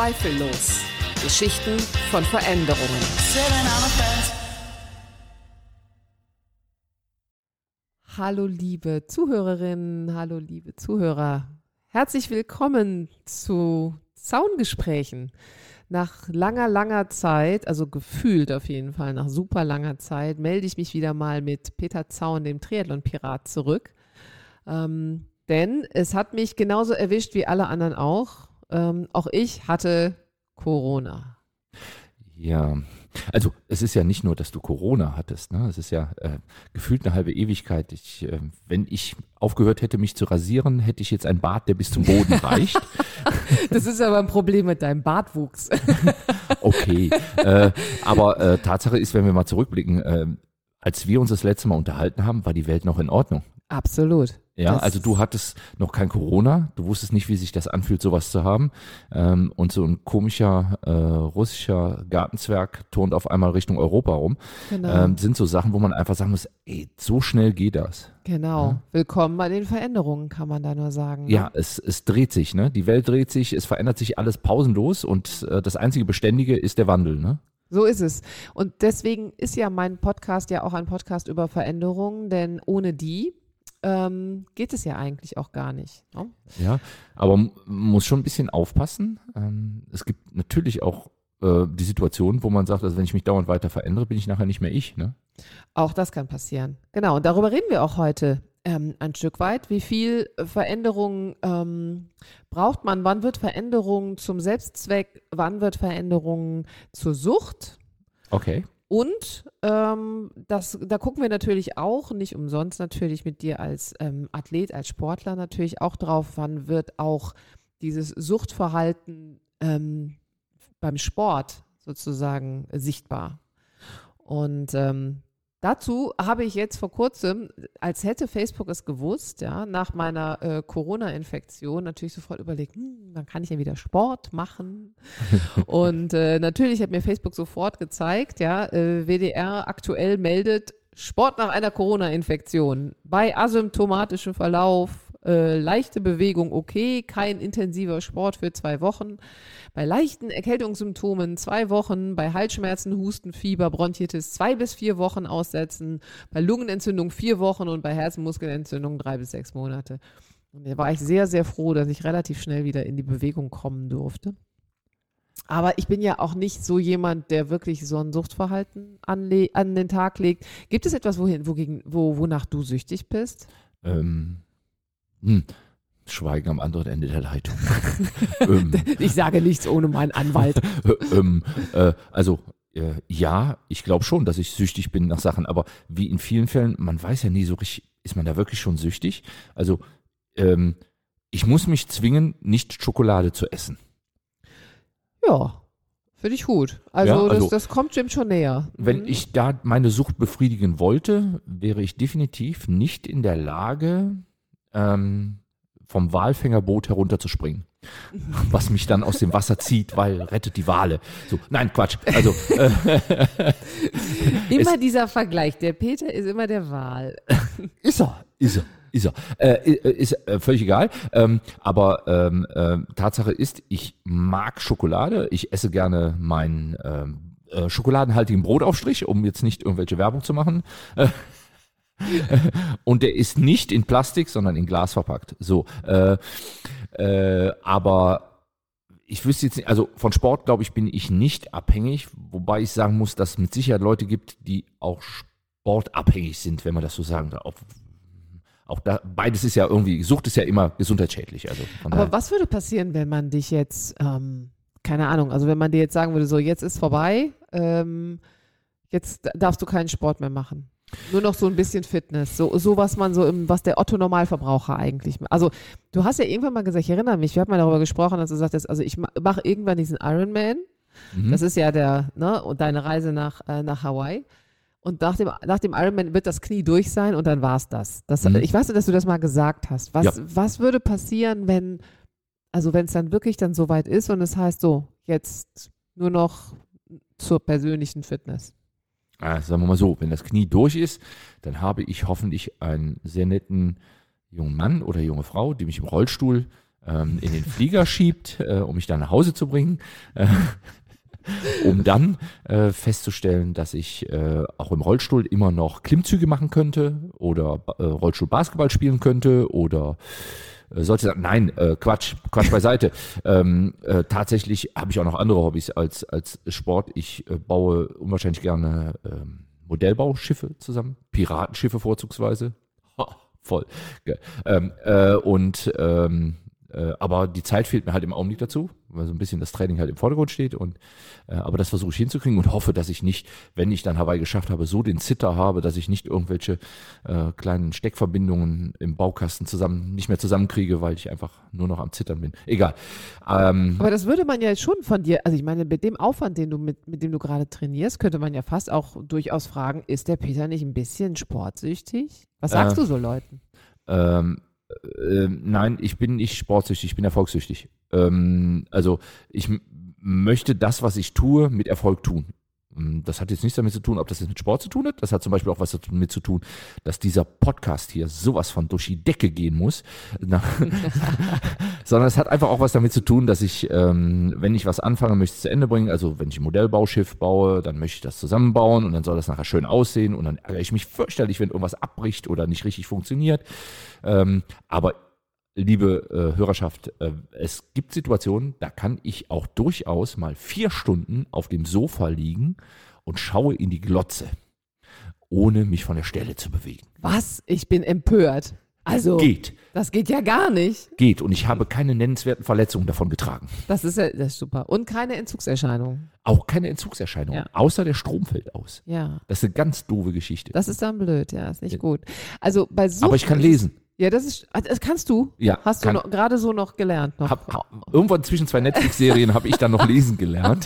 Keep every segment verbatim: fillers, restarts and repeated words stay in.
Zweifellos. Geschichten von Veränderungen. Hallo liebe Zuhörerinnen, hallo liebe Zuhörer. Herzlich willkommen zu Zaungesprächen. Nach langer, langer Zeit, also gefühlt auf jeden Fall nach super langer Zeit, melde ich mich wieder mal mit Peter Zaun, dem Triathlon-Pirat, zurück. Ähm, denn es hat mich genauso erwischt wie alle anderen auch. Ähm, auch ich hatte Corona. Ja, also es ist ja nicht nur, dass du Corona hattest, ne? Es ist ja äh, gefühlt eine halbe Ewigkeit. Ich, äh, wenn ich aufgehört hätte, mich zu rasieren, hätte ich jetzt einen Bart, der bis zum Boden reicht. Das ist aber ein Problem mit deinem Bartwuchs. Okay, äh, aber äh, Tatsache ist, wenn wir mal zurückblicken, äh, als wir uns das letzte Mal unterhalten haben, war die Welt noch in Ordnung. Absolut. Ja, das also du hattest noch kein Corona, du wusstest nicht, wie sich das anfühlt, sowas zu haben. Ähm, und so ein komischer äh, russischer Gartenzwerg turnt auf einmal Richtung Europa rum. Genau. Ähm, sind so Sachen, wo man einfach sagen muss, ey, so schnell geht das. Genau. Ja. Willkommen bei den Veränderungen, kann man da nur sagen. Ne? Ja, es, es dreht sich, ne? Die Welt dreht sich, es verändert sich alles pausenlos und äh, das einzige Beständige ist der Wandel, ne? So ist es. Und deswegen ist ja mein Podcast ja auch ein Podcast über Veränderungen, denn ohne die ähm, geht es ja eigentlich auch gar nicht. Ne? Ja, aber man muss schon ein bisschen aufpassen. Ähm, es gibt natürlich auch äh, die Situation, wo man sagt, also wenn ich mich dauernd weiter verändere, bin ich nachher nicht mehr ich, ne? Auch das kann passieren. Genau, und darüber reden wir auch heute ähm, ein Stück weit. Wie viel Veränderung ähm, braucht man? Wann wird Veränderung zum Selbstzweck? Wann wird Veränderung zur Sucht? Okay. Und ähm, das, da gucken wir natürlich auch, nicht umsonst natürlich mit dir als ähm, Athlet, als Sportler natürlich auch drauf, wann wird auch dieses Suchtverhalten ähm, beim Sport sozusagen sichtbar. Und ähm, dazu habe ich jetzt vor kurzem, als hätte Facebook es gewusst, ja, nach meiner äh, Corona-Infektion natürlich sofort überlegt, hm, dann kann ich ja wieder Sport machen. Und äh, natürlich hat mir Facebook sofort gezeigt, ja, äh, W D R aktuell meldet Sport nach einer Corona-Infektion bei asymptomatischem Verlauf, äh, leichte Bewegung okay, kein intensiver Sport für zwei Wochen. Bei leichten Erkältungssymptomen zwei Wochen, bei Halsschmerzen, Husten, Fieber, Bronchitis zwei bis vier Wochen aussetzen, bei Lungenentzündung vier Wochen und bei Herzmuskelentzündung drei bis sechs Monate. Und da war ich sehr, sehr froh, dass ich relativ schnell wieder in die Bewegung kommen durfte. Aber ich bin ja auch nicht so jemand, der wirklich so ein Suchtverhalten anle- an den Tag legt. Gibt es etwas, wohin, wogegen, wo, wonach du süchtig bist? Ähm, hm. Schweigen am anderen Ende der Leitung. ähm, ich sage nichts ohne meinen Anwalt. ähm, äh, also äh, ja, ich glaube schon, dass ich süchtig bin nach Sachen, aber wie in vielen Fällen, man weiß ja nie so richtig, ist man da wirklich schon süchtig? Also ähm, ich muss mich zwingen, nicht Schokolade zu essen. Ja, finde ich gut. Also, ja, also das, das kommt dem schon näher. Wenn mhm. ich da meine Sucht befriedigen wollte, wäre ich definitiv nicht in der Lage, ähm, vom Walfängerboot herunterzuspringen, was mich dann aus dem Wasser zieht, weil rettet die Wale. So, nein, Quatsch. Also äh, immer dieser Vergleich. Der Peter ist immer der Wal. Ist er, ist er, ist er. Äh, ist äh, völlig egal. Ähm, aber ähm, äh, Tatsache ist, ich mag Schokolade. Ich esse gerne meinen ähm, äh, schokoladenhaltigen Brotaufstrich, um jetzt nicht irgendwelche Werbung zu machen. Äh, Und der ist nicht in Plastik, sondern in Glas verpackt. So, äh, äh, aber ich wüsste jetzt nicht, also von Sport, glaube ich, bin ich nicht abhängig, wobei ich sagen muss, dass es mit Sicherheit Leute gibt, die auch sportabhängig sind, wenn man das so sagen darf. Auch, auch da, beides ist ja irgendwie, Sucht ist ja immer gesundheitsschädlich. Also von aber daher. Was würde passieren, wenn man dich jetzt, ähm, keine Ahnung, also wenn man dir jetzt sagen würde, so jetzt ist vorbei, ähm, jetzt darfst du keinen Sport mehr machen? Nur noch so ein bisschen Fitness, so, so was man so im, was der Otto-Normalverbraucher eigentlich, also du hast ja irgendwann mal gesagt, ich erinnere mich, wir haben mal darüber gesprochen, dass du sagtest, also ich mache irgendwann diesen Ironman, mhm. das ist ja der, ne, und deine Reise nach, äh, nach Hawaii und nach dem, nach dem Ironman wird das Knie durch sein und dann war's das. das mhm. Ich weiß, dass du das mal gesagt hast. Was, ja. was würde passieren, wenn, also wenn es dann wirklich dann so weit ist und es heißt so, jetzt nur noch zur persönlichen Fitness? Also sagen wir mal so, wenn das Knie durch ist, dann habe ich hoffentlich einen sehr netten jungen Mann oder junge Frau, die mich im Rollstuhl ähm, in den Flieger schiebt, äh, um mich dann nach Hause zu bringen. Äh, um dann äh, festzustellen, dass ich äh, auch im Rollstuhl immer noch Klimmzüge machen könnte oder äh, Rollstuhl Basketball spielen könnte oder äh, sollte sagen, nein, äh, Quatsch, Quatsch beiseite. ähm, äh, tatsächlich habe ich auch noch andere Hobbys als, als Sport. Ich äh, baue unwahrscheinlich gerne ähm, Modellbauschiffe zusammen, Piratenschiffe vorzugsweise. Ha, voll. Geil. Ähm, äh, und ähm, Äh, aber die Zeit fehlt mir halt im Augenblick dazu, weil so ein bisschen das Training halt im Vordergrund steht. Und, äh, aber das versuche ich hinzukriegen und hoffe, dass ich nicht, wenn ich dann Hawaii geschafft habe, so den Zitter habe, dass ich nicht irgendwelche äh, kleinen Steckverbindungen im Baukasten zusammen nicht mehr zusammenkriege, weil ich einfach nur noch am Zittern bin. Egal. Ähm, aber das würde man ja schon von dir, also ich meine, mit dem Aufwand, den du mit, mit dem du gerade trainierst, könnte man ja fast auch durchaus fragen, ist der Peter nicht ein bisschen sportsüchtig? Was sagst äh, du so Leuten? Ähm, äh, nein, ich bin nicht sportsüchtig, ich bin erfolgssüchtig. Ähm, also ich m- möchte das, was ich tue, mit Erfolg tun. Das hat jetzt nichts damit zu tun, ob das jetzt mit Sport zu tun hat. Das hat zum Beispiel auch was damit zu tun, dass dieser Podcast hier sowas von durch die Decke gehen muss. Na, sondern es hat einfach auch was damit zu tun, dass ich, ähm, wenn ich was anfange, möchte ich es zu Ende bringen. Also wenn ich ein Modellbauschiff baue, dann möchte ich das zusammenbauen und dann soll das nachher schön aussehen und dann ärgere ich mich fürchterlich, wenn irgendwas abbricht oder nicht richtig funktioniert. Ähm, aber liebe äh, Hörerschaft, äh, es gibt Situationen, da kann ich auch durchaus mal vier Stunden auf dem Sofa liegen und schaue in die Glotze, ohne mich von der Stelle zu bewegen. Was? Ich bin empört. Also, Geht, das geht ja gar nicht. geht. Und ich habe keine nennenswerten Verletzungen davon getragen. Das ist ja das ist super. Und keine Entzugserscheinungen. Auch keine Entzugserscheinungen, Ja. außer der Strom fällt aus. Ja. Das ist eine ganz doofe Geschichte. Das ist dann blöd, ja, ist nicht gut. Also bei Sucht Aber ich kann ist es- lesen. Ja, das ist, das kannst du. Ja, Hast du kann. noch, gerade so noch gelernt. Noch. Hab, hab, irgendwann zwischen zwei Netflix-Serien habe ich dann noch lesen gelernt.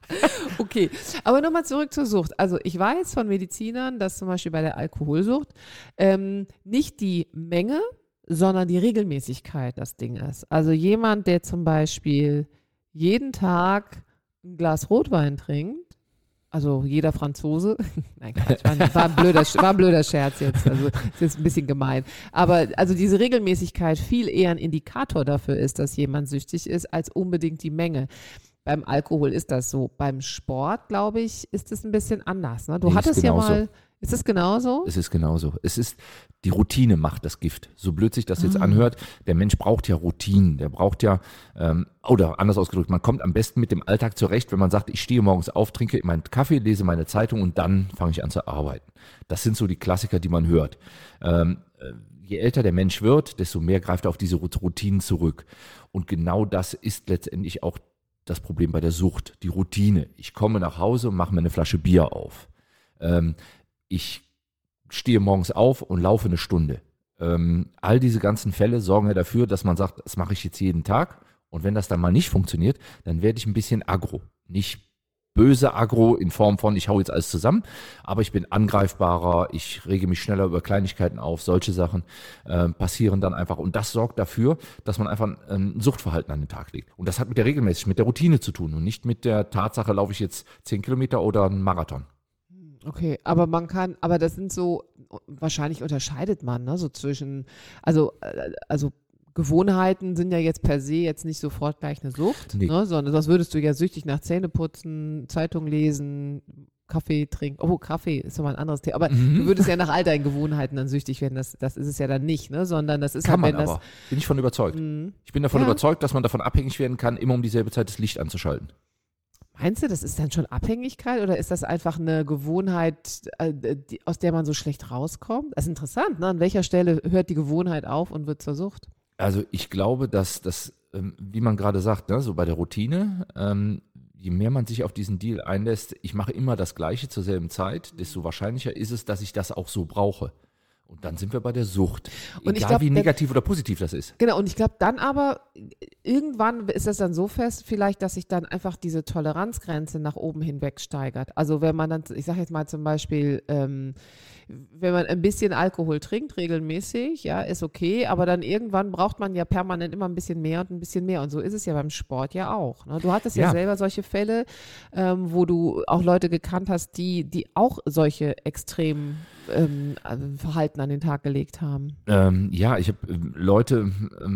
Okay, aber nochmal zurück zur Sucht. Also ich weiß von Medizinern, dass zum Beispiel bei der Alkoholsucht ähm, nicht die Menge, sondern die Regelmäßigkeit das Ding ist. Also jemand, der zum Beispiel jeden Tag ein Glas Rotwein trinkt, also jeder Franzose, nein, Quatsch, war, ein- war, ein blöder, war ein blöder Scherz jetzt, also ist jetzt ein bisschen gemein. Aber also diese Regelmäßigkeit viel eher ein Indikator dafür ist, dass jemand süchtig ist, als unbedingt die Menge. Beim Alkohol ist das so. Beim Sport, glaube ich, ist es ein bisschen anders. Ne? Du Nee, ist hattest ja genauso. mal, ist es genauso? Es ist genauso. Es ist, die Routine macht das Gift. So blöd sich das jetzt Ah. anhört, der Mensch braucht ja Routinen. Der braucht ja, ähm, oder anders ausgedrückt, man kommt am besten mit dem Alltag zurecht, wenn man sagt, ich stehe morgens auf, trinke meinen Kaffee, lese meine Zeitung und dann fange ich an zu arbeiten. Das sind so die Klassiker, die man hört. Ähm, äh, je älter der Mensch wird, desto mehr greift er auf diese Rut- Routinen zurück. Und genau das ist letztendlich auch das Problem bei der Sucht, die Routine. Ich komme nach Hause und mache mir eine Flasche Bier auf. Ähm, ich stehe morgens auf und laufe eine Stunde. Ähm, all diese ganzen Fälle sorgen ja dafür, dass man sagt, das mache ich jetzt jeden Tag. Und wenn das dann mal nicht funktioniert, dann werde ich ein bisschen aggro. Nicht böse aggro in Form von, ich hau jetzt alles zusammen, aber ich bin angreifbarer, ich rege mich schneller über Kleinigkeiten auf, solche Sachen äh, passieren dann einfach. Und das sorgt dafür, dass man einfach ein Suchtverhalten an den Tag legt. Und das hat mit der regelmäßig, mit der Routine zu tun und nicht mit der Tatsache, laufe ich jetzt zehn Kilometer oder einen Marathon. Okay, aber man kann, aber das sind so, wahrscheinlich unterscheidet man, ne, so zwischen, also, äh, also Gewohnheiten sind ja jetzt per se jetzt nicht sofort gleich eine Sucht, Nee. ne, sondern sonst würdest du ja süchtig nach Zähneputzen, Zeitung lesen, Kaffee trinken. Oh, Kaffee ist doch mal ein anderes Thema. Aber Mhm. du würdest ja nach all deinen Gewohnheiten dann süchtig werden. Das, das ist es ja dann nicht, ne, sondern das ist Kann halt, man wenn aber. Bin ich von überzeugt. das. Mh. Ich bin davon Ja. überzeugt, dass man davon abhängig werden kann, immer um dieselbe Zeit das Licht anzuschalten. Meinst du, das ist dann schon Abhängigkeit oder ist das einfach eine Gewohnheit, äh, die, aus der man so schlecht rauskommt? Das ist interessant, ne? An welcher Stelle hört die Gewohnheit auf und wird zur Sucht? Also ich glaube, dass das, ähm, wie man gerade sagt, ne, so bei der Routine, ähm, je mehr man sich auf diesen Deal einlässt, ich mache immer das Gleiche zur selben Zeit, desto wahrscheinlicher ist es, dass ich das auch so brauche. Und dann sind wir bei der Sucht. Und ich Egal glaub, wie dann- negativ oder positiv das ist. Genau, und ich glaube dann aber, irgendwann ist das dann so fest, vielleicht, dass sich dann einfach diese Toleranzgrenze nach oben hinweg steigert. Also wenn man dann, ich sage jetzt mal zum Beispiel, ähm, wenn man ein bisschen Alkohol trinkt, regelmäßig, ja, ist okay, aber dann irgendwann braucht man ja permanent immer ein bisschen mehr und ein bisschen mehr. Und so ist es ja beim Sport ja auch. Ne? Du hattest ja, Ja. selber solche Fälle, ähm, wo du auch Leute gekannt hast, die, die auch solche extremen ähm, Verhalten an den Tag gelegt haben. Ähm, ja, ich habe ähm, Leute, ähm,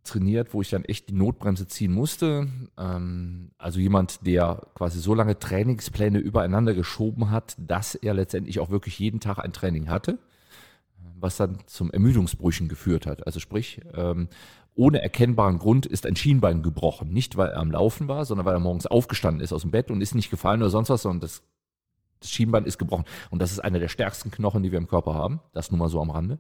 trainiert, wo ich dann echt die Notbremse ziehen musste. Ähm, also jemand, der quasi so lange Trainingspläne übereinander geschoben hat, dass er letztendlich auch wirklich jeden Tag ein Training hatte, was dann zum Ermüdungsbrüchen geführt hat. Also sprich, ähm, ohne erkennbaren Grund ist ein Schienbein gebrochen. Nicht, weil er am Laufen war, sondern weil er morgens aufgestanden ist aus dem Bett und ist nicht gefallen oder sonst was, sondern das, das Schienbein ist gebrochen. Und das ist einer der stärksten Knochen, die wir im Körper haben. Das nur mal so am Rande.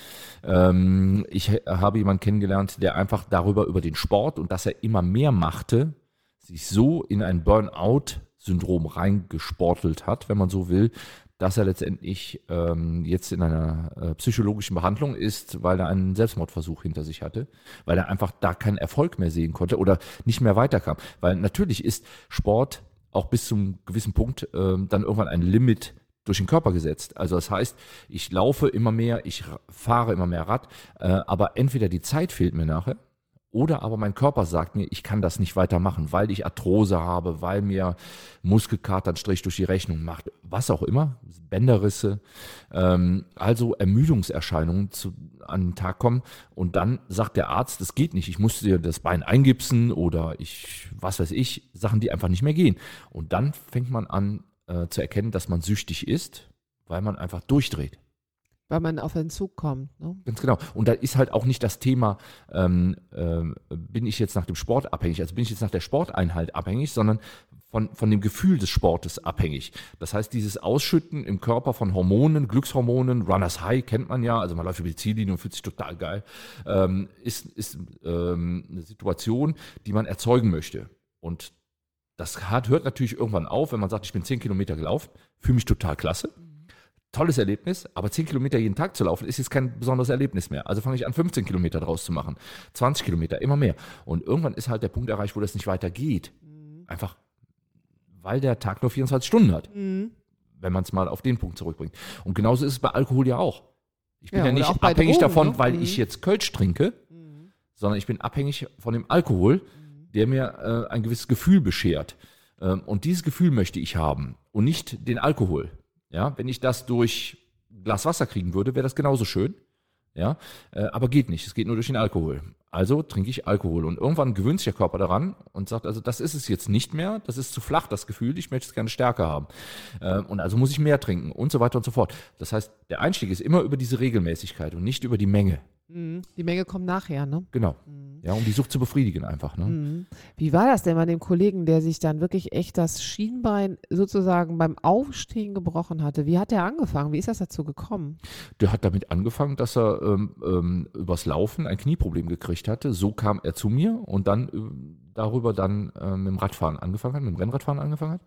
Ähm, ich habe jemanden kennengelernt, der einfach darüber, über den Sport und dass er immer mehr machte, sich so in ein Burnout-Syndrom reingesportelt hat, wenn man so will, dass er letztendlich ähm, jetzt in einer äh, psychologischen Behandlung ist, weil er einen Selbstmordversuch hinter sich hatte, weil er einfach da keinen Erfolg mehr sehen konnte oder nicht mehr weiterkam. Weil natürlich ist Sport auch bis zum gewissen Punkt ähm, dann irgendwann ein Limit durch den Körper gesetzt. Also das heißt, ich laufe immer mehr, ich fahre immer mehr Rad, äh, aber entweder die Zeit fehlt mir nachher, oder aber mein Körper sagt mir, ich kann das nicht weitermachen, weil ich Arthrose habe, weil mir Muskelkater einen Strich durch die Rechnung macht, was auch immer, Bänderrisse, ähm, also Ermüdungserscheinungen zu, an den Tag kommen und dann sagt der Arzt, das geht nicht, ich muss dir das Bein eingipsen oder ich, was weiß ich, Sachen, die einfach nicht mehr gehen. Und dann fängt man an äh, zu erkennen, dass man süchtig ist, weil man einfach durchdreht. Weil man auf Entzug kommt. Ne? Ganz genau. Und da ist halt auch nicht das Thema, ähm, ähm, bin ich jetzt nach dem Sport abhängig, also bin ich jetzt nach der Sporteinheit abhängig, sondern von, von dem Gefühl des Sportes abhängig. Das heißt, dieses Ausschütten im Körper von Hormonen, Glückshormonen, Runners High kennt man ja, also man läuft über die Ziellinie und fühlt sich total geil, ähm, ist, ist ähm, eine Situation, die man erzeugen möchte. Und das hat, hört natürlich irgendwann auf, wenn man sagt, ich bin zehn Kilometer gelaufen, fühle mich total klasse. Tolles Erlebnis, aber zehn Kilometer jeden Tag zu laufen, ist jetzt kein besonderes Erlebnis mehr. Also fange ich an, fünfzehn Kilometer draus zu machen, zwanzig Kilometer, immer mehr. Und irgendwann ist halt der Punkt erreicht, wo das nicht weitergeht. Mhm. Einfach, weil der Tag nur vierundzwanzig Stunden hat, mhm. wenn man es mal auf den Punkt zurückbringt. Und genauso ist es bei Alkohol ja auch. Ich bin ja, ja nicht abhängig Drogen, davon, ne? weil mhm. ich jetzt Kölsch trinke, mhm. sondern ich bin abhängig von dem Alkohol, mhm. der mir äh, ein gewisses Gefühl beschert. Ähm, und dieses Gefühl möchte ich haben und nicht den Alkohol. Ja, wenn ich das durch ein Glas Wasser kriegen würde, wäre das genauso schön. Ja, äh, aber geht nicht. Es geht nur durch den Alkohol. Also trinke ich Alkohol. Und irgendwann gewöhnt sich der Körper daran und sagt, also das ist es jetzt nicht mehr. Das ist zu flach, das Gefühl. Ich möchte es gerne stärker haben. Äh, und also muss ich mehr trinken und so weiter und so fort. Das heißt, der Einstieg ist immer über diese Regelmäßigkeit und nicht über die Menge. Die Menge kommt nachher, ne? Genau. Mhm. Ja, um die Sucht zu befriedigen einfach, ne? Mhm. Wie war das denn bei dem Kollegen, der sich dann wirklich echt das Schienbein sozusagen beim Aufstehen gebrochen hatte? Wie hat der angefangen? Wie ist das dazu gekommen? Der hat damit angefangen, dass er ähm, ähm, übers Laufen ein Knieproblem gekriegt hatte. So kam er zu mir und dann äh, darüber dann äh, mit dem Radfahren angefangen hat, mit dem Rennradfahren angefangen hat.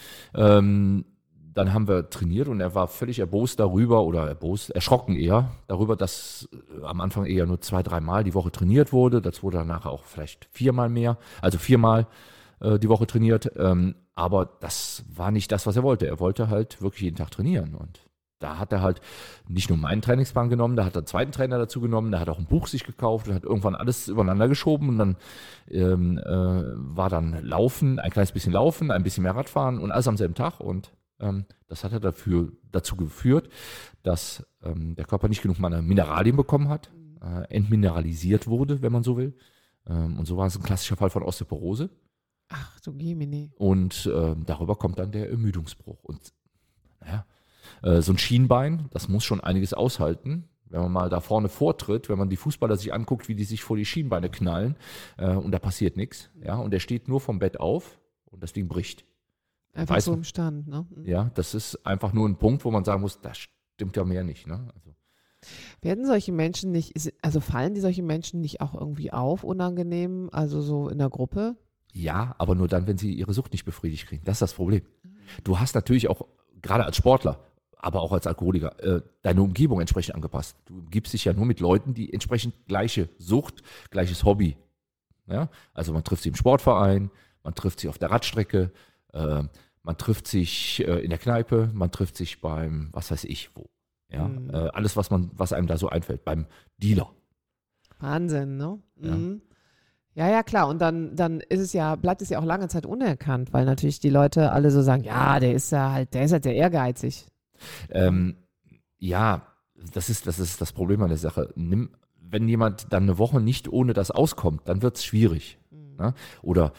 Ähm, Dann haben wir trainiert und er war völlig erbost darüber oder erbost, erschrocken eher darüber, dass am Anfang eher nur zwei, dreimal die Woche trainiert wurde. Das wurde danach auch vielleicht viermal mehr, also viermal äh, die Woche trainiert. Ähm, aber das war nicht das, was er wollte. Er wollte halt wirklich jeden Tag trainieren. Und da hat er halt nicht nur meinen Trainingsplan genommen, da hat er einen zweiten Trainer dazu genommen, der hat auch ein Buch sich gekauft und hat irgendwann alles übereinander geschoben. Und dann ähm, äh, war dann Laufen, ein kleines bisschen Laufen, ein bisschen mehr Radfahren und alles am selben Tag. Und das hat er dafür, dazu geführt, dass ähm, der Körper nicht genug Mineralien bekommen hat, äh, entmineralisiert wurde, wenn man so will. Ähm, und so war es ein klassischer Fall von Osteoporose. Ach du Gemini. Und äh, darüber kommt dann der Ermüdungsbruch. Und naja, äh, so ein Schienbein, das muss schon einiges aushalten. Wenn man mal da vorne vortritt, wenn man die Fußballer sich anguckt, wie die sich vor die Schienbeine knallen äh, und da passiert nichts. Ja, und der steht nur vom Bett auf und das Ding bricht. Einfach Weiß, so im Stand, ne? Ja, das ist einfach nur ein Punkt, wo man sagen muss, das stimmt ja mehr nicht, ne? Also. Werden solche Menschen nicht, also fallen die solche Menschen nicht auch irgendwie auf, unangenehm, also so in der Gruppe? Ja, aber nur dann, wenn sie ihre Sucht nicht befriedigt kriegen. Das ist das Problem. Du hast natürlich auch, gerade als Sportler, aber auch als Alkoholiker, äh, deine Umgebung entsprechend angepasst. Du umgibst dich ja nur mit Leuten, die entsprechend gleiche Sucht, gleiches Hobby. Ja? Also man trifft sie im Sportverein, man trifft sie auf der Radstrecke, äh, man trifft sich äh, in der Kneipe, man trifft sich beim, was weiß ich wo. Ja? Mhm. Äh, alles, was man, was einem da so einfällt, beim Dealer. Wahnsinn, ne? Ja. Mhm. Ja, ja, klar. Und dann, dann ist es ja, bleibt es ja auch lange Zeit unerkannt, weil natürlich die Leute alle so sagen, ja, der ist ja halt, der ist halt sehr ehrgeizig. Ähm, ja, das ist, das ist das Problem an der Sache. Nimm, wenn jemand dann eine Woche nicht ohne das auskommt, dann wird es schwierig. Mhm. Ne? Oder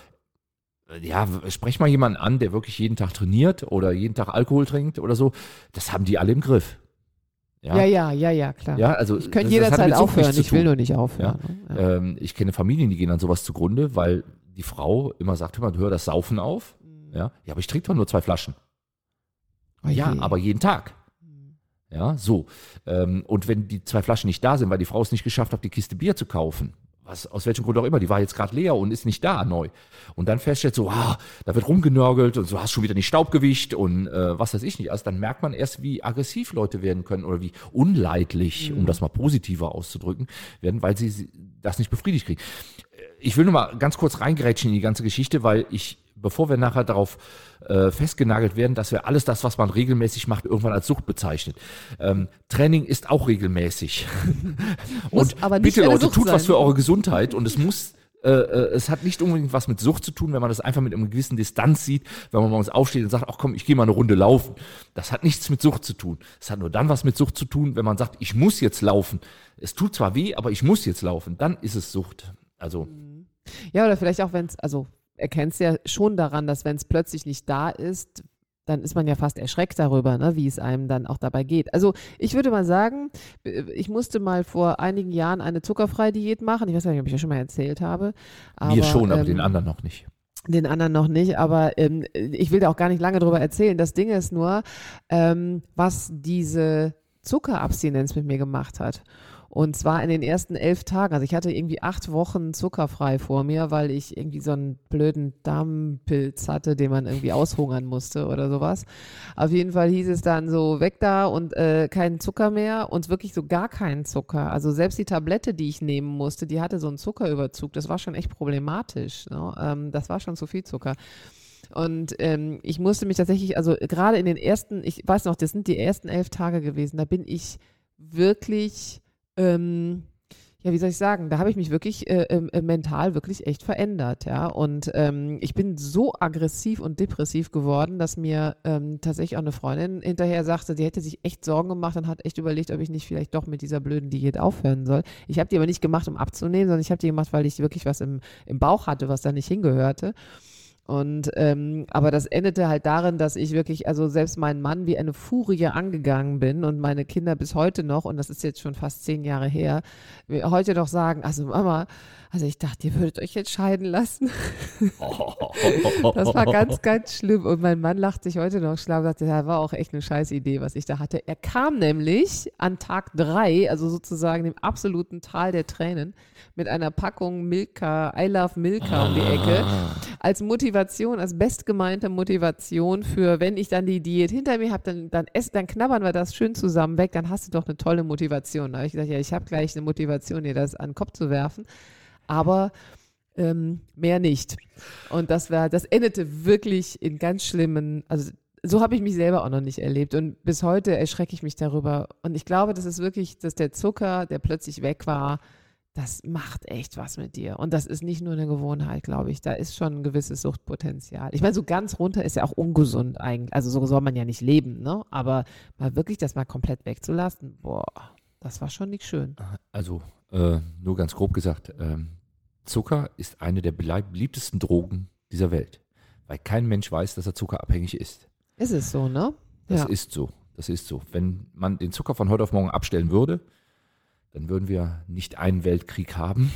ja, sprech mal jemanden an, der wirklich jeden Tag trainiert oder jeden Tag Alkohol trinkt oder so. Das haben die alle im Griff. Ja, ja, ja, ja, ja klar. Ja, also ich könnte jederzeit aufhören, ich will nur nicht aufhören. Ja? Ja. Ähm, ich kenne Familien, die gehen an sowas zugrunde, weil die Frau immer sagt, hör mal, hör das Saufen auf. Mhm. Ja? ja, aber ich trinke doch nur zwei Flaschen. Oh ja, aber jeden Tag. Ja, so. Ähm, und wenn die zwei Flaschen nicht da sind, weil die Frau es nicht geschafft hat, die Kiste Bier zu kaufen, was, aus welchem Grund auch immer, die war jetzt gerade leer und ist nicht da neu. Und dann feststellt so, ah, da wird rumgenörgelt und so hast schon wieder nicht Staubgewicht und äh, was weiß ich nicht. Also dann merkt man erst, wie aggressiv Leute werden können oder wie unleidlich, mhm. um das mal positiver auszudrücken, werden, weil sie das nicht befriedigt kriegen. Ich will nur mal ganz kurz reingerätschen in die ganze Geschichte, weil ich, bevor wir nachher darauf äh, festgenagelt werden, dass wir alles das, was man regelmäßig macht, irgendwann als Sucht bezeichnet. Ähm, Training ist auch regelmäßig. Und aber bitte Leute, tut sein. was für eure Gesundheit und es muss, äh, es hat nicht unbedingt was mit Sucht zu tun, wenn man das einfach mit einer gewissen Distanz sieht, wenn man morgens aufsteht und sagt, ach komm, ich gehe mal eine Runde laufen. Das hat nichts mit Sucht zu tun. Es hat nur dann was mit Sucht zu tun, wenn man sagt, ich muss jetzt laufen. Es tut zwar weh, aber ich muss jetzt laufen. Dann ist es Sucht. Also. Ja, oder vielleicht auch, wenn es, also erkennst ja schon daran, dass wenn es plötzlich nicht da ist, dann ist man ja fast erschreckt darüber, ne, wie es einem dann auch dabei geht. Also ich würde mal sagen, ich musste mal vor einigen Jahren eine zuckerfreie Diät machen. Ich weiß nicht, ob ich das schon mal erzählt habe. Aber, Mir schon, aber ähm, den anderen noch nicht. Den anderen noch nicht, aber ähm, ich will da auch gar nicht lange drüber erzählen. Das Ding ist nur, ähm, was diese Zuckerabstinenz mit mir gemacht hat. Und zwar in den ersten elf Tagen. Also ich hatte irgendwie acht Wochen zuckerfrei vor mir, weil ich irgendwie so einen blöden Darmpilz hatte, den man irgendwie aushungern musste oder sowas. Auf jeden Fall hieß es dann so, weg da und äh, keinen Zucker mehr und wirklich so gar keinen Zucker. Also selbst die Tablette, die ich nehmen musste, die hatte so einen Zuckerüberzug. Das war schon echt problematisch. Ne? Ähm, das war schon zu viel Zucker. Und ähm, ich musste mich tatsächlich, also gerade in den ersten, ich weiß noch, das sind die ersten elf Tage gewesen, da bin ich wirklich... Ähm, ja, wie soll ich sagen, da habe ich mich wirklich äh, äh, mental wirklich echt verändert, ja, und ähm, ich bin so aggressiv und depressiv geworden, dass mir ähm, tatsächlich auch eine Freundin hinterher sagte, die hätte sich echt Sorgen gemacht und hat echt überlegt, ob ich nicht vielleicht doch mit dieser blöden Diät aufhören soll. Ich habe die aber nicht gemacht, um abzunehmen, sondern ich habe die gemacht, weil ich wirklich was im, im Bauch hatte, was da nicht hingehörte. Und ähm, aber das endete halt darin, dass ich wirklich, also selbst meinen Mann wie eine Furie angegangen bin und meine Kinder bis heute noch, und das ist jetzt schon fast zehn Jahre her, mir heute noch sagen, also Mama, also ich dachte, ihr würdet euch jetzt scheiden lassen. Das war ganz, ganz schlimm. Und mein Mann lacht sich heute noch schlau und sagte, das war auch echt eine scheiß Idee, was ich da hatte. Er kam nämlich an Tag drei, also sozusagen dem absoluten Tal der Tränen, mit einer Packung Milka, I Love Milka um die Ecke, als Motivation, als bestgemeinte Motivation für, wenn ich dann die Diät hinter mir habe, dann, dann, ess, dann knabbern wir das schön zusammen weg, dann hast du doch eine tolle Motivation. Da habe ich gesagt, ja, ich habe gleich eine Motivation, dir das an den Kopf zu werfen. Aber ähm, mehr nicht. Und das war, das endete wirklich in ganz schlimmen, also so habe ich mich selber auch noch nicht erlebt. Und bis heute erschrecke ich mich darüber. Und ich glaube, das ist wirklich, dass der Zucker, der plötzlich weg war, das macht echt was mit dir. Und das ist nicht nur eine Gewohnheit, glaube ich. Da ist schon ein gewisses Suchtpotenzial. Ich meine, so ganz runter ist ja auch ungesund eigentlich. Also so soll man ja nicht leben, ne? Aber mal wirklich das mal komplett wegzulassen, boah, das war schon nicht schön. Also Äh, nur ganz grob gesagt, ähm, Zucker ist eine der beliebtesten Drogen dieser Welt, weil kein Mensch weiß, dass er zuckerabhängig ist. Ist es so, ne? Das ja. ist so, das ist so. Wenn man den Zucker von heute auf morgen abstellen würde, dann würden wir nicht einen Weltkrieg haben.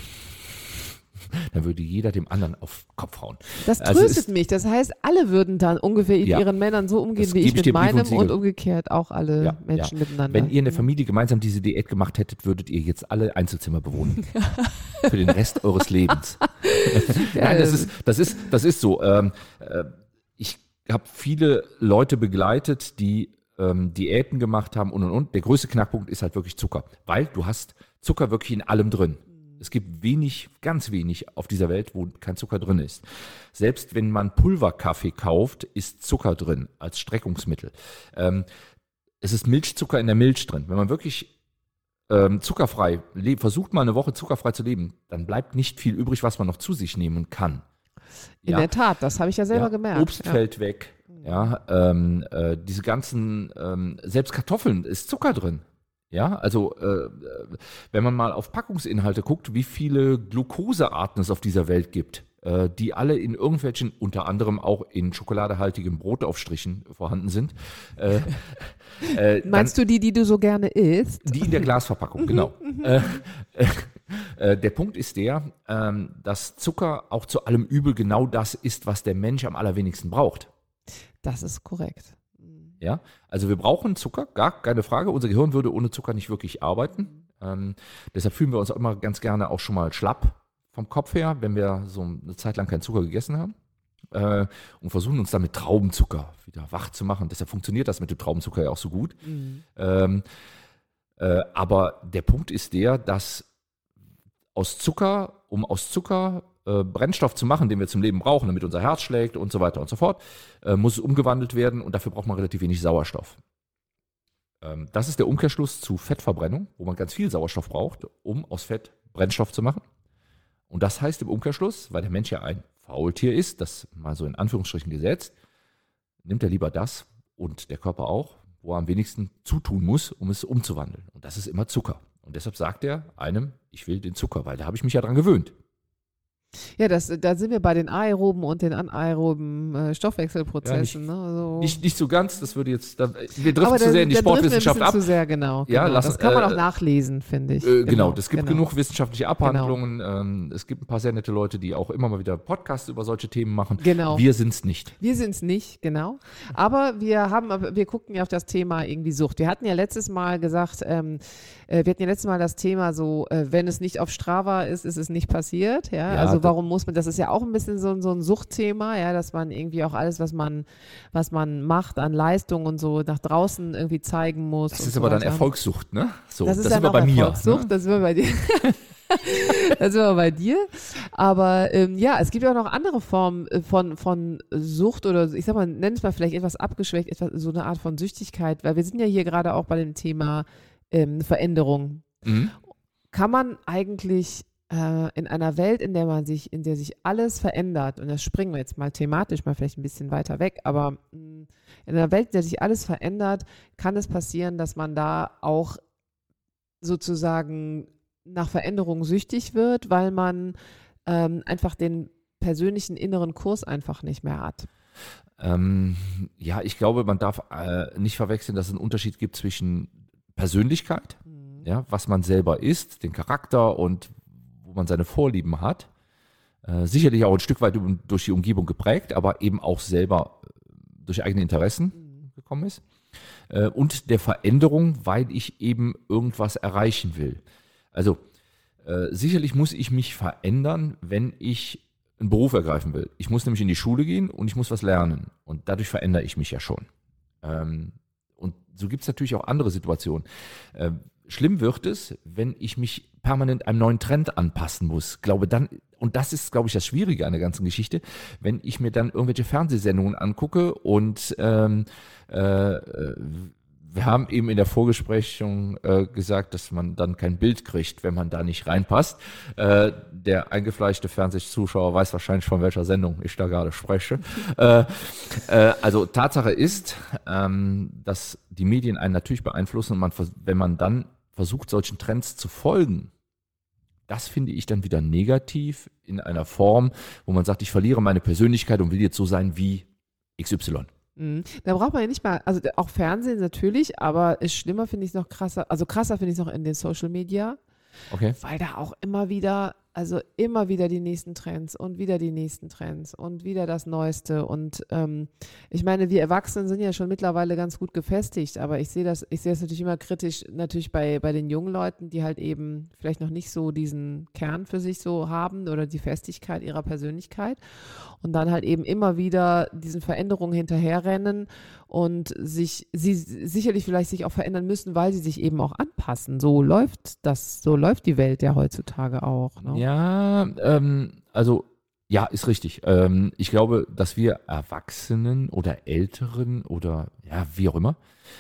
Dann würde jeder dem anderen auf den Kopf hauen. Das tröstet also ist, mich. Das heißt, alle würden dann ungefähr mit ja, ihren Männern so umgehen, wie ich mit meinem und, und umgekehrt auch alle ja, Menschen ja. miteinander. Wenn ihr in der Familie gemeinsam diese Diät gemacht hättet, würdet ihr jetzt alle Einzelzimmer bewohnen. Für den Rest eures Lebens. Nein, das ist, das ist, das ist so. Ähm, äh, ich habe viele Leute begleitet, die ähm, Diäten gemacht haben und und und. Der größte Knackpunkt ist halt wirklich Zucker, weil du hast Zucker wirklich in allem drin. Es gibt wenig, ganz wenig auf dieser Welt, wo kein Zucker drin ist. Selbst wenn man Pulverkaffee kauft, ist Zucker drin als Streckungsmittel. Ähm, es ist Milchzucker in der Milch drin. Wenn man wirklich ähm, zuckerfrei lebt, versucht mal eine Woche zuckerfrei zu leben, dann bleibt nicht viel übrig, was man noch zu sich nehmen kann. In ja? der Tat, das habe ich ja selber ja, gemerkt. Obst ja. fällt weg. Ja, ähm, äh, diese ganzen, ähm, selbst Kartoffeln ist Zucker drin. Ja, also äh, wenn man mal auf Packungsinhalte guckt, wie viele Glukosearten es auf dieser Welt gibt, äh, die alle in irgendwelchen, unter anderem auch in schokoladehaltigem Brotaufstrichen vorhanden sind. Äh, äh, Meinst dann, du die, die du so gerne isst? Die in der Glasverpackung, genau. äh, äh, der Punkt ist der, ähm, dass Zucker auch zu allem Übel genau das ist, was der Mensch am allerwenigsten braucht. Das ist korrekt. Ja, also wir brauchen Zucker, gar keine Frage. Unser Gehirn würde ohne Zucker nicht wirklich arbeiten. Ähm, deshalb fühlen wir uns auch immer ganz gerne auch schon mal schlapp vom Kopf her, wenn wir so eine Zeit lang keinen Zucker gegessen haben. Äh, und versuchen uns dann mit Traubenzucker wieder wach zu machen. Deshalb funktioniert das mit dem Traubenzucker ja auch so gut. Mhm. Ähm, äh, aber der Punkt ist der, dass aus Zucker, um aus Zucker äh, Brennstoff zu machen, den wir zum Leben brauchen, damit unser Herz schlägt und so weiter und so fort, äh, muss es umgewandelt werden und dafür braucht man relativ wenig Sauerstoff. Ähm, das ist der Umkehrschluss zu Fettverbrennung, wo man ganz viel Sauerstoff braucht, um aus Fett Brennstoff zu machen. Und das heißt im Umkehrschluss, weil der Mensch ja ein Faultier ist, das mal so in Anführungsstrichen gesetzt, nimmt er lieber das und der Körper auch, wo er am wenigsten zutun muss, um es umzuwandeln. Und das ist immer Zucker. Und deshalb sagt er einem, ich will den Zucker, weil da habe ich mich ja dran gewöhnt. Ja, das, da sind wir bei den aeroben und den anaeroben äh, Stoffwechselprozessen. Ja, ne? also, Nicht, nicht so ganz, das würde jetzt, da, wir driften aber zu da, sehr in die da Sportwissenschaft ab. Zu sehr, genau. Ja, genau. lassen, das kann man äh, auch nachlesen, finde ich. Äh, genau, es gibt genau. genug wissenschaftliche Abhandlungen. Genau. Ähm, es gibt ein paar sehr nette Leute, die auch immer mal wieder Podcasts über solche Themen machen. Genau. Wir sind es nicht. Wir sind es nicht, genau. Aber wir haben, wir gucken ja auf das Thema irgendwie Sucht. Wir hatten ja letztes Mal gesagt, ähm, äh, wir hatten ja letztes Mal das Thema so, äh, wenn es nicht auf Strava ist, ist es nicht passiert. Ja, Ja, also warum muss man, das ist ja auch ein bisschen so, so ein Suchtthema, ja, dass man irgendwie auch alles, was man, was man macht an Leistung und so nach draußen irgendwie zeigen muss. Das ist so aber dann weiter. Erfolgssucht, ne? So, das ist das dann sind wir auch bei mir. Erfolgssucht, Ne? das sind wir bei dir. Das sind wir bei dir. Aber ähm, ja, es gibt ja auch noch andere Formen von, von Sucht oder ich sag mal, nenn es mal vielleicht etwas abgeschwächt, etwas, so eine Art von Süchtigkeit, weil wir sind ja hier gerade auch bei dem Thema ähm, Veränderung. Mhm. Kann man eigentlich äh, in einer Welt, in der man sich, in der sich alles verändert, und das springen wir jetzt mal thematisch mal vielleicht ein bisschen weiter weg, aber mh, in einer Welt, in der sich alles verändert, kann es passieren, dass man da auch sozusagen nach Veränderung süchtig wird, weil man ähm, einfach den persönlichen inneren Kurs einfach nicht mehr hat. Ähm, ja, ich glaube, man darf äh, nicht verwechseln, dass es einen Unterschied gibt zwischen Persönlichkeit, mhm. ja, was man selber ist, den Charakter und wo man seine Vorlieben hat. Äh, sicherlich auch ein Stück weit durch die Umgebung geprägt, aber eben auch selber durch eigene Interessen mhm. gekommen ist. Äh, und der Veränderung, weil ich eben irgendwas erreichen will. Also äh, sicherlich muss ich mich verändern, wenn ich einen Beruf ergreifen will. Ich muss nämlich in die Schule gehen und ich muss was lernen. Und dadurch verändere ich mich ja schon. Ähm, und so gibt es natürlich auch andere Situationen. Äh, schlimm wird es, wenn ich mich permanent einem neuen Trend anpassen muss. Glaube dann, und das ist, glaube ich, das Schwierige an der ganzen Geschichte, wenn ich mir dann irgendwelche Fernsehsendungen angucke und ähm, äh, wir haben eben in der Vorgesprächung äh, gesagt, dass man dann kein Bild kriegt, wenn man da nicht reinpasst. Äh, der eingefleischte Fernsehzuschauer weiß wahrscheinlich, von welcher Sendung ich da gerade spreche. äh, äh, also Tatsache ist, ähm, dass die Medien einen natürlich beeinflussen und man, wenn man dann versucht, solchen Trends zu folgen, das finde ich dann wieder negativ in einer Form, wo man sagt, ich verliere meine Persönlichkeit und will jetzt so sein wie X Y. Da braucht man ja nicht mal, also auch Fernsehen natürlich, aber ist schlimmer finde ich es noch krasser, also krasser finde ich es noch in den Social Media, okay. Weil da auch immer wieder, also immer wieder die nächsten Trends und wieder die nächsten Trends und wieder das Neueste und ähm, ich meine, wir Erwachsenen sind ja schon mittlerweile ganz gut gefestigt, aber ich sehe das, ich sehe das natürlich immer kritisch, natürlich bei, bei den jungen Leuten, die halt eben vielleicht noch nicht so diesen Kern für sich so haben oder die Festigkeit ihrer Persönlichkeit und dann halt eben immer wieder diesen Veränderungen hinterherrennen und sich, sie sicherlich vielleicht sich auch verändern müssen, weil sie sich eben auch anpassen. So läuft das, so läuft die Welt ja heutzutage auch. Ne? Ja, ähm, also ja, ist richtig. Ähm, ich glaube, dass wir Erwachsenen oder Älteren oder ja, wie auch immer,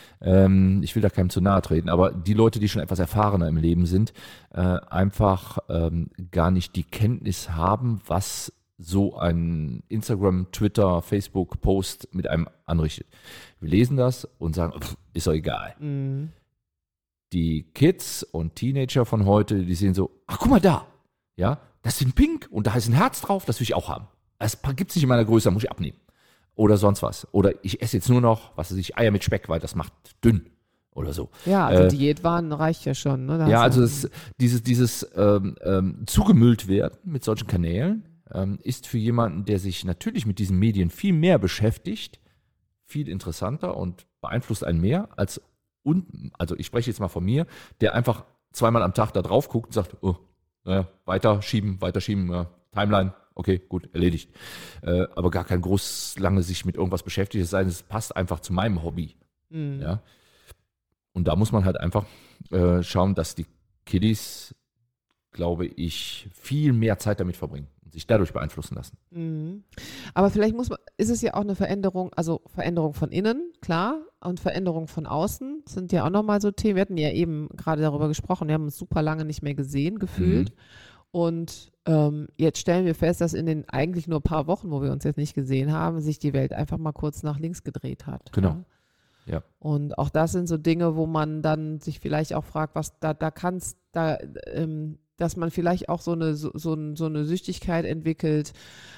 ähm, ich will da keinem zu nahe treten, aber die Leute, die schon etwas erfahrener im Leben sind, äh, einfach ähm, gar nicht die Kenntnis haben, was so ein Instagram, Twitter, Facebook-Post mit einem anrichtet. Wir lesen das und sagen, pff, ist doch egal. Mhm. die Kids und Teenager von heute, die sehen so, ach guck mal da, ja, das ist in Pink und da ist ein Herz drauf, das will ich auch haben. Das gibt es nicht in meiner Größe, muss ich abnehmen. Oder sonst was. Oder ich esse jetzt nur noch, was weiß ich, Eier mit Speck, weil das macht dünn oder so. Ja, also äh, Diätwahn reicht ja schon. Ne? Da ja, hast du- also das, dieses, dieses ähm, ähm, zugemüllt werden mit solchen Kanälen ähm, ist für jemanden, der sich natürlich mit diesen Medien viel mehr beschäftigt, viel interessanter und beeinflusst einen mehr als, un, also ich spreche jetzt mal von mir, der einfach zweimal am Tag da drauf guckt und sagt, oh, naja, weiter schieben, weiter schieben, ja, Timeline, okay, gut, erledigt. Äh, aber gar kein groß lange sich mit irgendwas beschäftigt, es sei denn, es passt einfach zu meinem Hobby. Mhm. Ja. Und da muss man halt einfach äh, schauen, dass die Kiddies, glaube ich, viel mehr Zeit damit verbringen und sich dadurch beeinflussen lassen. Mhm. Aber vielleicht muss man, ist es ja auch eine Veränderung, also Veränderung von innen, klar, und Veränderung von außen sind ja auch nochmal so Themen. Wir hatten ja eben gerade darüber gesprochen, wir haben uns super lange nicht mehr gesehen, gefühlt. Mhm. Und ähm, jetzt stellen wir fest, dass in den eigentlich nur ein paar Wochen, wo wir uns jetzt nicht gesehen haben, sich die Welt einfach mal kurz nach links gedreht hat. Genau. Ja. Ja. Und auch das sind so Dinge, wo man dann sich vielleicht auch fragt, was da, da kann's, da, ähm, dass man vielleicht auch so eine, so, so, ein- so eine Süchtigkeit entwickelt,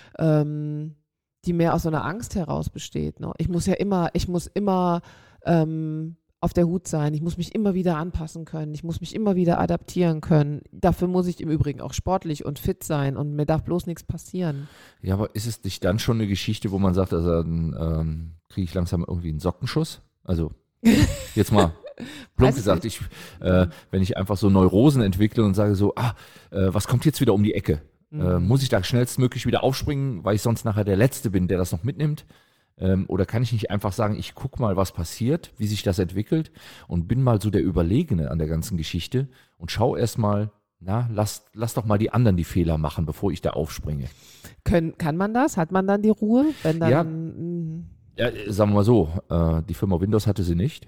ähm, die mehr aus so einer Angst heraus besteht. Ne? Ich muss ja immer, ich muss immer ähm, auf der Hut sein, ich muss mich immer wieder anpassen können, ich muss mich immer wieder adaptieren können. Dafür muss ich im Übrigen auch sportlich und fit sein und mir darf bloß nichts passieren. Ja, aber ist es nicht dann schon eine Geschichte, wo man sagt, also dann ähm, kriege ich langsam irgendwie einen Sockenschuss? Also jetzt mal plump Weiß ich gesagt, ich, äh, wenn ich einfach so Neurosen entwickle und sage so, ah, äh, was kommt jetzt wieder um die Ecke? Äh, Mhm. muss ich da schnellstmöglich wieder aufspringen, weil ich sonst nachher der Letzte bin, der das noch mitnimmt? Ähm, oder kann ich nicht einfach sagen, ich gucke mal, was passiert, wie sich das entwickelt und bin mal so der Überlegene an der ganzen Geschichte und schau erst mal, na, lass, lass doch mal die anderen die Fehler machen, bevor ich da aufspringe. Können, kann man das? Hat man dann die Ruhe? Wenn dann, Ja. Mhm. Ja, äh, sagen wir mal so, äh, die Firma Windows hatte sie nicht.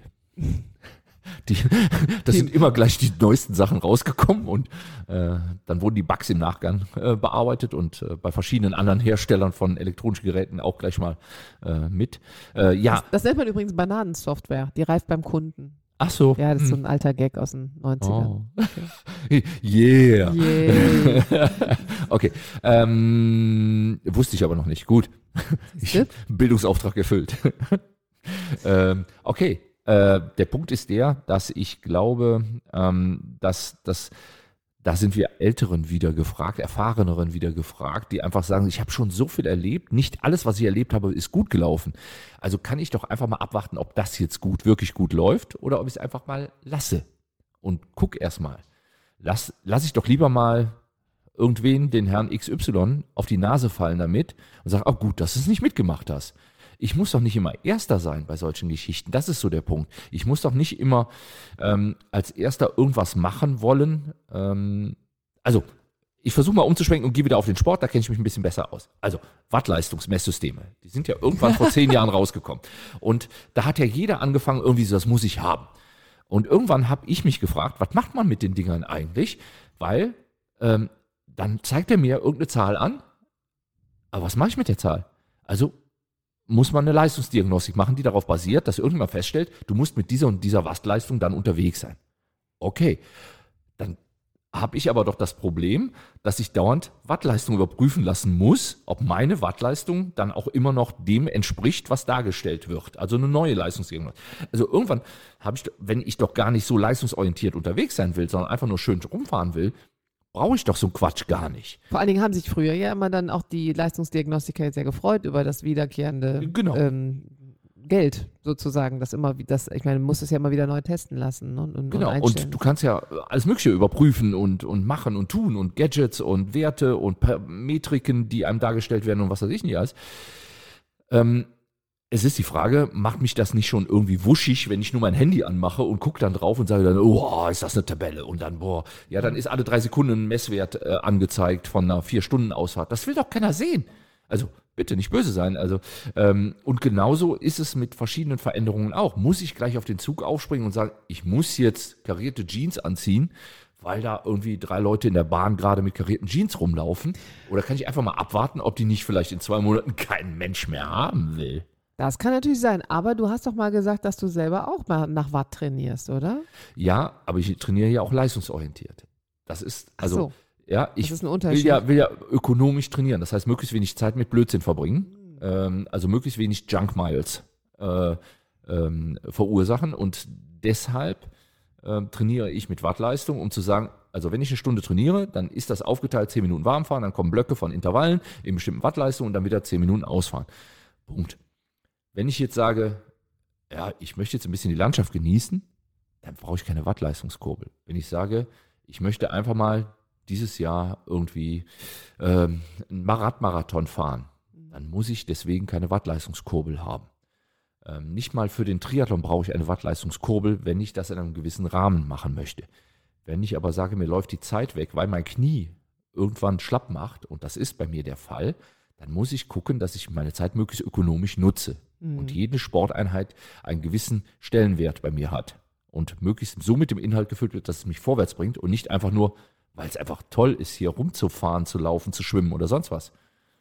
Die, das Die- sind immer gleich die neuesten Sachen rausgekommen und äh, dann wurden die Bugs im Nachgang äh, bearbeitet und äh, bei verschiedenen anderen Herstellern von elektronischen Geräten auch gleich mal äh, mit. Äh, ja, Das, das nennt man übrigens Bananensoftware. Die reift beim Kunden. ach so. Ja, das ist so hm. ein alter Gag aus den neunzigern. Oh. Yeah. Yeah. Okay. Ähm, wusste ich aber noch nicht. Gut. Ich, Siehste? Bildungsauftrag erfüllt. ähm, okay. Äh, der Punkt ist der, dass ich glaube, ähm, dass das da sind wir Älteren wieder gefragt, Erfahreneren wieder gefragt, die einfach sagen, ich habe schon so viel erlebt, nicht alles, was ich erlebt habe, ist gut gelaufen. Also kann ich doch einfach mal abwarten, ob das jetzt gut, wirklich gut läuft oder ob ich es einfach mal lasse und guck erst mal. Lass, lass ich doch lieber mal irgendwen, den Herrn X Y, auf die Nase fallen damit und sag, oh gut, dass du es nicht mitgemacht hast. Ich muss doch nicht immer Erster sein bei solchen Geschichten. Das ist so der Punkt. Ich muss doch nicht immer ähm, als Erster irgendwas machen wollen. Ähm, also, ich versuche mal umzuschwenken und gehe wieder auf den Sport, da kenne ich mich ein bisschen besser aus. Also, Wattleistungsmesssysteme, die sind ja irgendwann vor zehn Jahren rausgekommen. Und da hat ja jeder angefangen, irgendwie so, das muss ich haben. Und irgendwann habe ich mich gefragt, was macht man mit den Dingern eigentlich? Weil ähm, dann zeigt er mir irgendeine Zahl an, aber was mache ich mit der Zahl? Also muss man eine Leistungsdiagnostik machen, die darauf basiert, dass irgendjemand feststellt, du musst mit dieser und dieser Wattleistung dann unterwegs sein. Okay, dann habe ich aber doch das Problem, dass ich dauernd Wattleistung überprüfen lassen muss, ob meine Wattleistung dann auch immer noch dem entspricht, was dargestellt wird. Also eine neue Leistungsdiagnostik. Also irgendwann habe ich, wenn ich doch gar nicht so leistungsorientiert unterwegs sein will, sondern einfach nur schön rumfahren will, brauche ich doch so einen Quatsch gar nicht. Vor allen Dingen haben sich früher ja immer dann auch die Leistungsdiagnostiker sehr gefreut über das wiederkehrende Genau. ähm, Geld sozusagen. Das immer, wie- das, ich meine, man muss es ja immer wieder neu testen lassen. Ne? Und, und Genau, einstellen. und du kannst ja alles Mögliche überprüfen und, und machen und tun und Gadgets und Werte und Pa- Metriken, die einem dargestellt werden und was weiß ich nicht alles. Ähm, es ist die Frage, macht mich das nicht schon irgendwie wuschig, wenn ich nur mein Handy anmache und gucke dann drauf und sage dann, oh, ist das eine Tabelle? Und dann, boah, ja, dann ist alle drei Sekunden ein Messwert äh, angezeigt von einer Vier-Stunden-Ausfahrt. Das will doch keiner sehen. Also bitte nicht böse sein. Also ähm, und genauso ist es mit verschiedenen Veränderungen auch. Muss ich gleich auf den Zug aufspringen und sagen, ich muss jetzt karierte Jeans anziehen, weil da irgendwie drei Leute in der Bahn gerade mit karierten Jeans rumlaufen? Oder kann ich einfach mal abwarten, ob die nicht vielleicht in zwei Monaten kein Mensch mehr haben will? Das kann natürlich sein, aber du hast doch mal gesagt, dass du selber auch mal nach Watt trainierst, oder? Ja, aber ich trainiere ja auch leistungsorientiert. Das ist, also, Ach so, ja, ich das ist ein will Unterschied. ja, will ja ökonomisch trainieren. Das heißt, möglichst wenig Zeit mit Blödsinn verbringen. Ähm, also möglichst wenig Junk Miles äh, ähm, verursachen. Und deshalb ähm, trainiere ich mit Wattleistung, um zu sagen, also wenn ich eine Stunde trainiere, dann ist das aufgeteilt, zehn Minuten warm fahren, dann kommen Blöcke von Intervallen in bestimmten Wattleistungen und dann wieder zehn Minuten ausfahren. Punkt. Wenn ich jetzt sage, ja, ich möchte jetzt ein bisschen die Landschaft genießen, dann brauche ich keine Wattleistungskurbel. Wenn ich sage, ich möchte einfach mal dieses Jahr irgendwie ähm, einen Radmarathon fahren, dann muss ich deswegen keine Wattleistungskurbel haben. Ähm, nicht mal für den Triathlon brauche ich eine Wattleistungskurbel, wenn ich das in einem gewissen Rahmen machen möchte. Wenn ich aber sage, mir läuft die Zeit weg, weil mein Knie irgendwann schlapp macht, und das ist bei mir der Fall, dann muss ich gucken, dass ich meine Zeit möglichst ökonomisch nutze. Mhm. Und jede Sporteinheit einen gewissen Stellenwert bei mir hat. Und möglichst so mit dem Inhalt gefüllt wird, dass es mich vorwärts bringt und nicht einfach nur, weil es einfach toll ist, hier rumzufahren, zu laufen, zu schwimmen oder sonst was.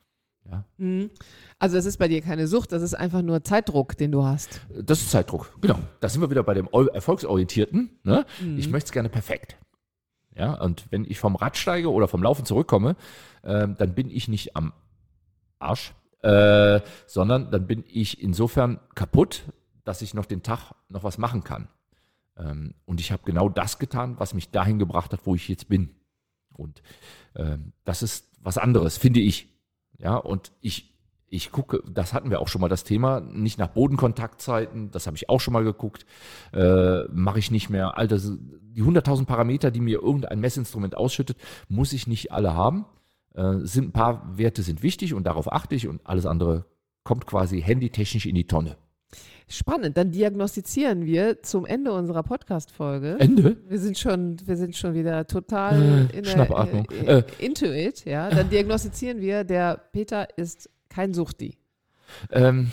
Ja. Also das ist bei dir keine Sucht, das ist einfach nur Zeitdruck, den du hast. Das ist Zeitdruck, genau. Da sind wir wieder bei dem Erfolgsorientierten. Ne? Mhm. Ich möchte es gerne perfekt. Ja, und wenn ich vom Rad steige oder vom Laufen zurückkomme, äh, dann bin ich nicht am Arsch, äh, sondern dann bin ich insofern kaputt, dass ich noch den Tag noch was machen kann. Ähm, und ich habe genau das getan, was mich dahin gebracht hat, wo ich jetzt bin. Und ähm, das ist was anderes, finde ich. Ja, und ich, ich gucke, das hatten wir auch schon mal das Thema, nicht nach Bodenkontaktzeiten, das habe ich auch schon mal geguckt, äh, mache ich nicht mehr. Alter, die hunderttausend Parameter, die mir irgendein Messinstrument ausschüttet, muss ich nicht alle haben. Äh, sind ein paar Werte sind wichtig und darauf achte ich und alles andere kommt quasi handytechnisch in die Tonne. Spannend, dann diagnostizieren wir zum Ende unserer Podcast-Folge. Ende? Wir sind schon, wir sind schon wieder total äh, in Schnappatmung. Der, äh, into it, ja. Dann diagnostizieren wir, der Peter ist kein Suchti. Ähm,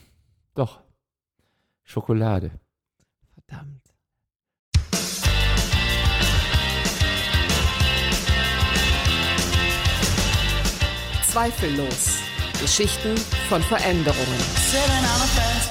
doch. Schokolade. Verdammt. Zweifellos. Geschichten von Veränderungen.